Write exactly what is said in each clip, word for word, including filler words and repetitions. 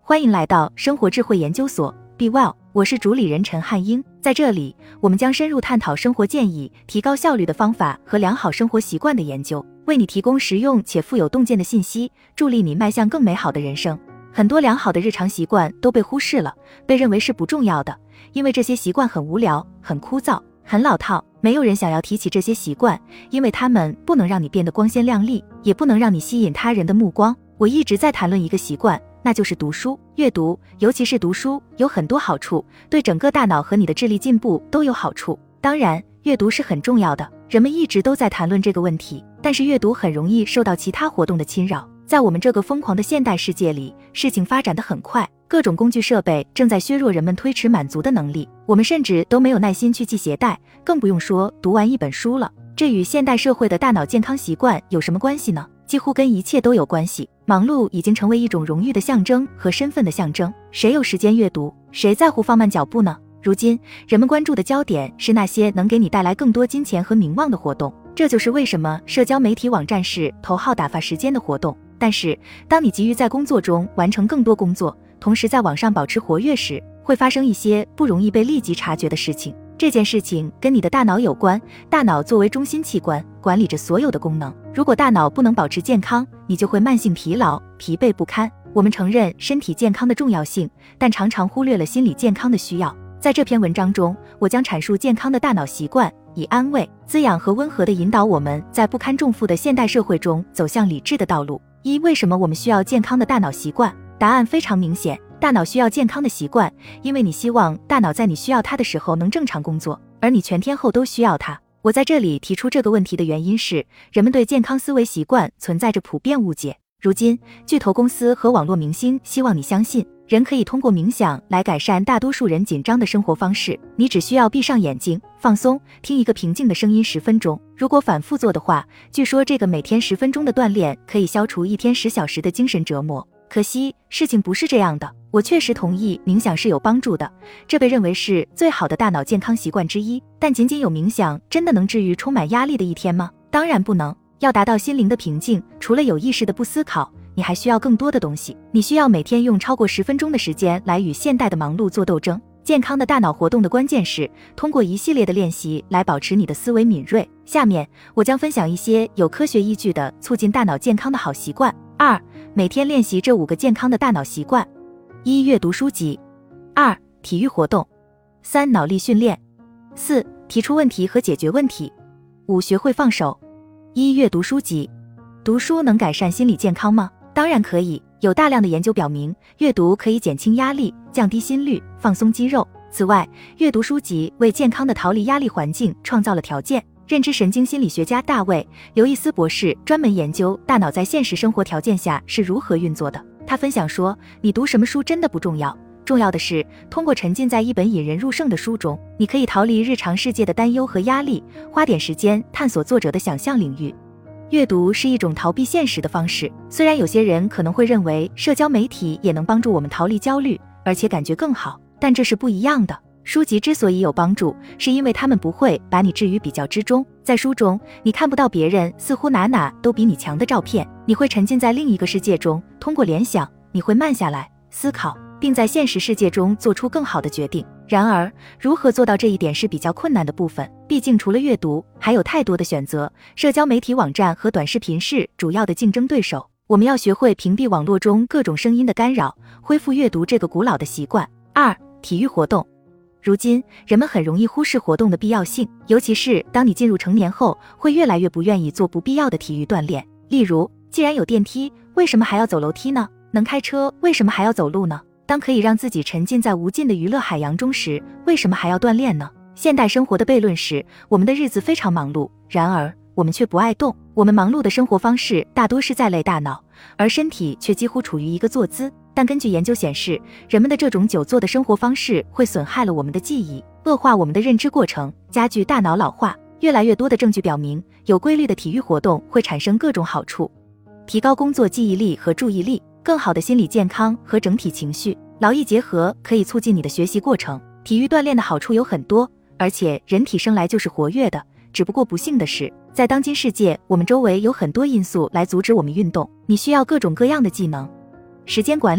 欢迎来到生活智慧研究所 Be Well， 我是主理人陈汉英。在这里，我们将深入探讨生活建议、提高效率的方法和良好生活习惯的研究，为你提供实用且富有洞见的信息，助力你迈向更美好的人生。很多良好的日常习惯都被忽视了，被认为是不重要的，因为这些习惯很无聊、很枯燥、很老套，没有人想要提起这些习惯，因为它们不能让你变得光鲜亮丽，也不能让你吸引他人的目光。我一直在谈论一个习惯，那就是读书。阅读，尤其是读书，有很多好处，对整个大脑和你的智力进步都有好处。当然，阅读是很重要的，人们一直都在谈论这个问题，但是阅读很容易受到其他活动的侵扰。在我们这个疯狂的现代世界里，事情发展得很快，各种工具设备正在削弱人们推迟满足的能力，我们甚至都没有耐心去系鞋带，更不用说读完一本书了。这与现代社会的大脑健康习惯有什么关系呢？几乎跟一切都有关系。忙碌已经成为一种荣誉的象征和身份的象征，谁有时间阅读？谁在乎放慢脚步呢？如今，人们关注的焦点是那些能给你带来更多金钱和名望的活动，这就是为什么社交媒体网站是头号打发时间的活动。但是，当你急于在工作中完成更多工作，同时在网上保持活跃时，会发生一些不容易被立即察觉的事情。这件事情跟你的大脑有关，大脑作为中心器官，管理着所有的功能。如果大脑不能保持健康，你就会慢性疲劳、疲惫不堪。我们承认身体健康的重要性，但常常忽略了心理健康的需要。在这篇文章中，我将阐述健康的大脑习惯，以安慰、滋养和温和地引导我们在不堪重负的现代社会中走向理智的道路。一、为什么我们需要健康的大脑习惯？答案非常明显，大脑需要健康的习惯，因为你希望大脑在你需要它的时候能正常工作，而你全天候都需要它。我在这里提出这个问题的原因是，人们对健康思维习惯存在着普遍误解。如今，巨头公司和网络明星希望你相信，人可以通过冥想来改善大多数人紧张的生活方式。你只需要闭上眼睛，放松，听一个平静的声音十分钟。如果反复做的话，据说这个每天十分钟的锻炼可以消除一天十小时的精神折磨。可惜，事情不是这样的。我确实同意冥想是有帮助的，这被认为是最好的大脑健康习惯之一。但仅仅有冥想真的能治愈充满压力的一天吗？当然不能。要达到心灵的平静，除了有意识的不思考，你还需要更多的东西。你需要每天用超过十分钟的时间来与现代的忙碌做斗争。健康的大脑活动的关键是通过一系列的练习来保持你的思维敏锐。下面我将分享一些有科学依据的促进大脑健康的好习惯。二、每天练习这五个健康的大脑习惯。一、阅读书籍。二、体育活动。三、脑力训练。四、提出问题和解决问题。五、学会放手。一、阅读书籍。读书能改善心理健康吗？当然可以，有大量的研究表明，阅读可以减轻压力，降低心率，放松肌肉。此外，阅读书籍为健康的逃离压力环境创造了条件。认知神经心理学家大卫·刘易斯博士专门研究大脑在现实生活条件下是如何运作的。他分享说，你读什么书真的不重要，重要的是通过沉浸在一本引人入胜的书中，你可以逃离日常世界的担忧和压力，花点时间探索作者的想象领域。阅读是一种逃避现实的方式，虽然有些人可能会认为社交媒体也能帮助我们逃离焦虑，而且感觉更好，但这是不一样的。书籍之所以有帮助，是因为他们不会把你置于比较之中。在书中，你看不到别人似乎哪哪都比你强的照片，你会沉浸在另一个世界中，通过联想，你会慢下来，思考，并在现实世界中做出更好的决定。然而，如何做到这一点是比较困难的部分，毕竟除了阅读，还有太多的选择。社交媒体网站和短视频是主要的竞争对手，我们要学会屏蔽网络中各种声音的干扰，恢复阅读这个古老的习惯。二、体育活动。如今，人们很容易忽视活动的必要性，尤其是当你进入成年后，会越来越不愿意做不必要的体育锻炼。例如，既然有电梯，为什么还要走楼梯呢？能开车，为什么还要走路呢？当可以让自己沉浸在无尽的娱乐海洋中时，为什么还要锻炼呢？现代生活的悖论是，我们的日子非常忙碌，然而我们却不爱动。我们忙碌的生活方式大多是在累大脑，而身体却几乎处于一个坐姿。但根据研究显示，人们的这种久坐的生活方式会损害了我们的记忆，恶化我们的认知过程，加剧大脑老化。越来越多的证据表明，有规律的体育活动会产生各种好处，提高工作记忆力和注意力，更好的心理健康和整体情绪。劳逸结合可以促进你的学习过程。体育锻炼的好处有很多，而且人体生来就是活跃的，只不过不幸的是，在当今世界，我们周围有很多因素来阻止我们运动，你需要各种各样的技能。时间管理，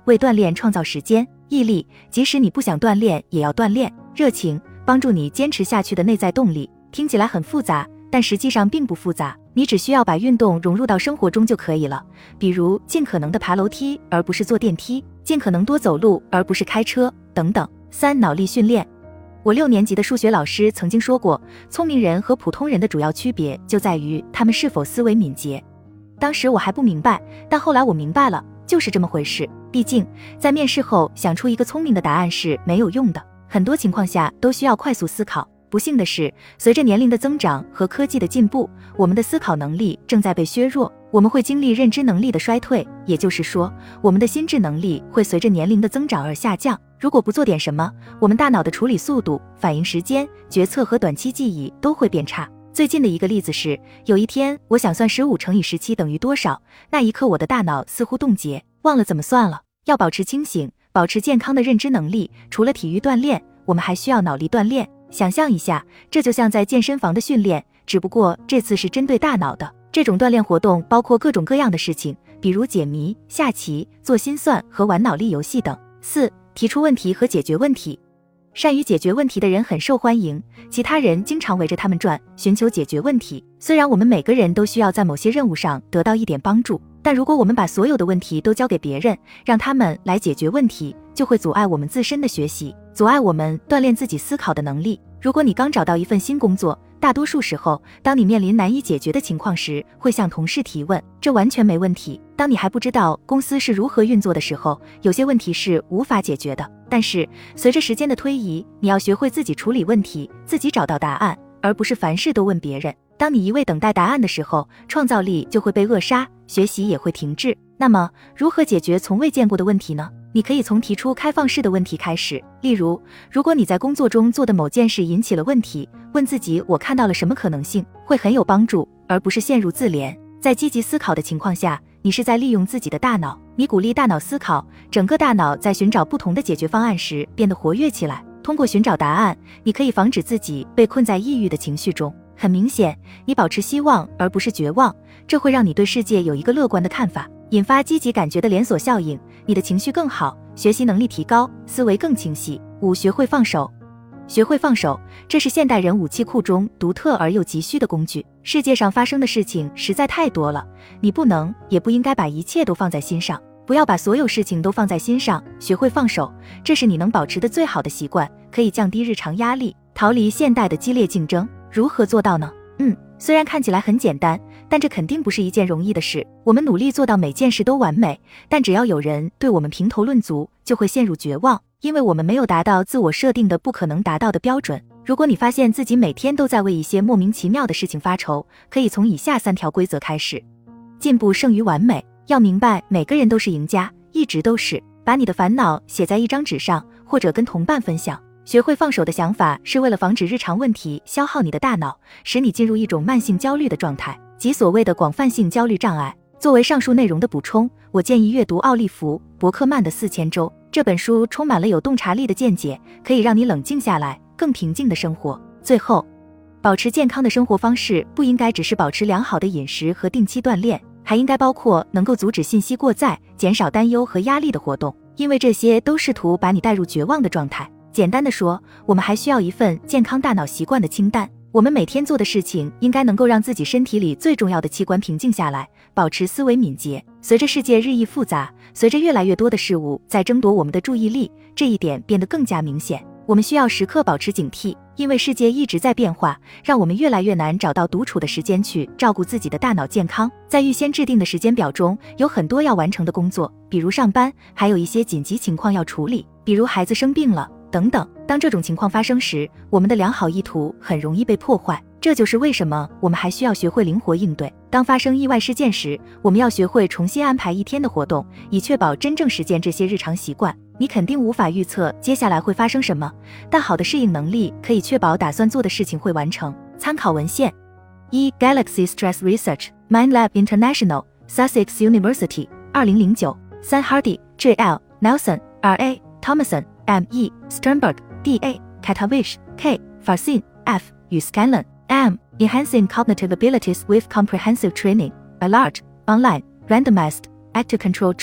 为锻炼创造时间；毅力，即使你不想锻炼也要锻炼；热情，帮助你坚持下去的内在动力。听起来很复杂，但实际上并不复杂，你只需要把运动融入到生活中就可以了。比如尽可能的爬楼梯而不是坐电梯，尽可能多走路而不是开车等等。三、脑力训练。我六年级的数学老师曾经说过，聪明人和普通人的主要区别就在于他们是否思维敏捷。当时我还不明白，但后来我明白了，就是这么回事。毕竟在面试后想出一个聪明的答案是没有用的，很多情况下都需要快速思考。不幸的是，随着年龄的增长和科技的进步，我们的思考能力正在被削弱，我们会经历认知能力的衰退，也就是说，我们的心智能力会随着年龄的增长而下降。如果不做点什么，我们大脑的处理速度、反应时间、决策和短期记忆都会变差。最近的一个例子是，有一天我想算十五乘以十七等于多少，那一刻我的大脑似乎冻结，忘了怎么算了。要保持清醒，保持健康的认知能力，除了体育锻炼，我们还需要脑力锻炼。想象一下，这就像在健身房的训练，只不过这次是针对大脑的。这种锻炼活动包括各种各样的事情，比如解谜、下棋、做心算和玩脑力游戏等。四、提出问题和解决问题。善于解决问题的人很受欢迎，其他人经常围着他们转，寻求解决问题。虽然我们每个人都需要在某些任务上得到一点帮助，但如果我们把所有的问题都交给别人，让他们来解决问题，就会阻碍我们自身的学习，阻碍我们锻炼自己思考的能力。如果你刚找到一份新工作，大多数时候，当你面临难以解决的情况时，会向同事提问，这完全没问题。当你还不知道公司是如何运作的时候，有些问题是无法解决的。但是随着时间的推移，你要学会自己处理问题，自己找到答案，而不是凡事都问别人。当你一味等待答案的时候，创造力就会被扼杀，学习也会停滞。那么，如何解决从未见过的问题呢？你可以从提出开放式的问题开始，例如，如果你在工作中做的某件事引起了问题，问自己我看到了什么可能性，会很有帮助，而不是陷入自怜。在积极思考的情况下，你是在利用自己的大脑，你鼓励大脑思考，整个大脑在寻找不同的解决方案时变得活跃起来。通过寻找答案，你可以防止自己被困在抑郁的情绪中。很明显，你保持希望而不是绝望，这会让你对世界有一个乐观的看法，引发积极感觉的连锁效应，你的情绪更好，学习能力提高，思维更清晰。五、学会放手。学会放手，这是现代人武器库中独特而又急需的工具。世界上发生的事情实在太多了，你不能也不应该把一切都放在心上，不要把所有事情都放在心上，学会放手，这是你能保持的最好的习惯，可以降低日常压力，逃离现代的激烈竞争。如何做到呢？嗯，虽然看起来很简单，但这肯定不是一件容易的事。我们努力做到每件事都完美，但只要有人对我们评头论足，就会陷入绝望，因为我们没有达到自我设定的不可能达到的标准。如果你发现自己每天都在为一些莫名其妙的事情发愁，可以从以下三条规则开始。进步胜于完美，要明白每个人都是赢家，一直都是。把你的烦恼写在一张纸上，或者跟同伴分享。学会放手的想法是为了防止日常问题消耗你的大脑，使你进入一种慢性焦虑的状态，即所谓的广泛性焦虑障碍。作为上述内容的补充，我建议阅读奥利弗·伯克曼的四千周，这本书充满了有洞察力的见解，可以让你冷静下来，更平静的生活。最后，保持健康的生活方式不应该只是保持良好的饮食和定期锻炼，还应该包括能够阻止信息过载、减少担忧和压力的活动，因为这些都试图把你带入绝望的状态。简单的说，我们还需要一份健康大脑习惯的清单。我们每天做的事情应该能够让自己身体里最重要的器官平静下来，保持思维敏捷。随着世界日益复杂，随着越来越多的事物在争夺我们的注意力，这一点变得更加明显。我们需要时刻保持警惕，因为世界一直在变化，让我们越来越难找到独处的时间去照顾自己的大脑健康。在预先制定的时间表中，有很多要完成的工作，比如上班，还有一些紧急情况要处理，比如孩子生病了等等。当这种情况发生时，我们的良好意图很容易被破坏，这就是为什么我们还需要学会灵活应对。当发生意外事件时，我们要学会重新安排一天的活动，以确保真正实践这些日常习惯。你肯定无法预测接下来会发生什么，但好的适应能力可以确保打算做的事情会完成。参考文献：一 Galaxy Stress Research MindLab International Sussex University 二零零九 三 Hardy J L Nelson R A Thomason M E Sternberg D A Katavish K Farsin F 与 Scanlon M Enhancing Cognitive Abilities with Comprehensive Training A Large Online Randomized Active Control Trial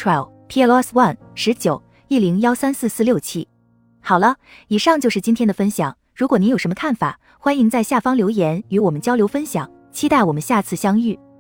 P L S one 十九一零幺三四四六七。好了，以上就是今天的分享。如果您有什么看法，欢迎在下方留言与我们交流分享。期待我们下次相遇。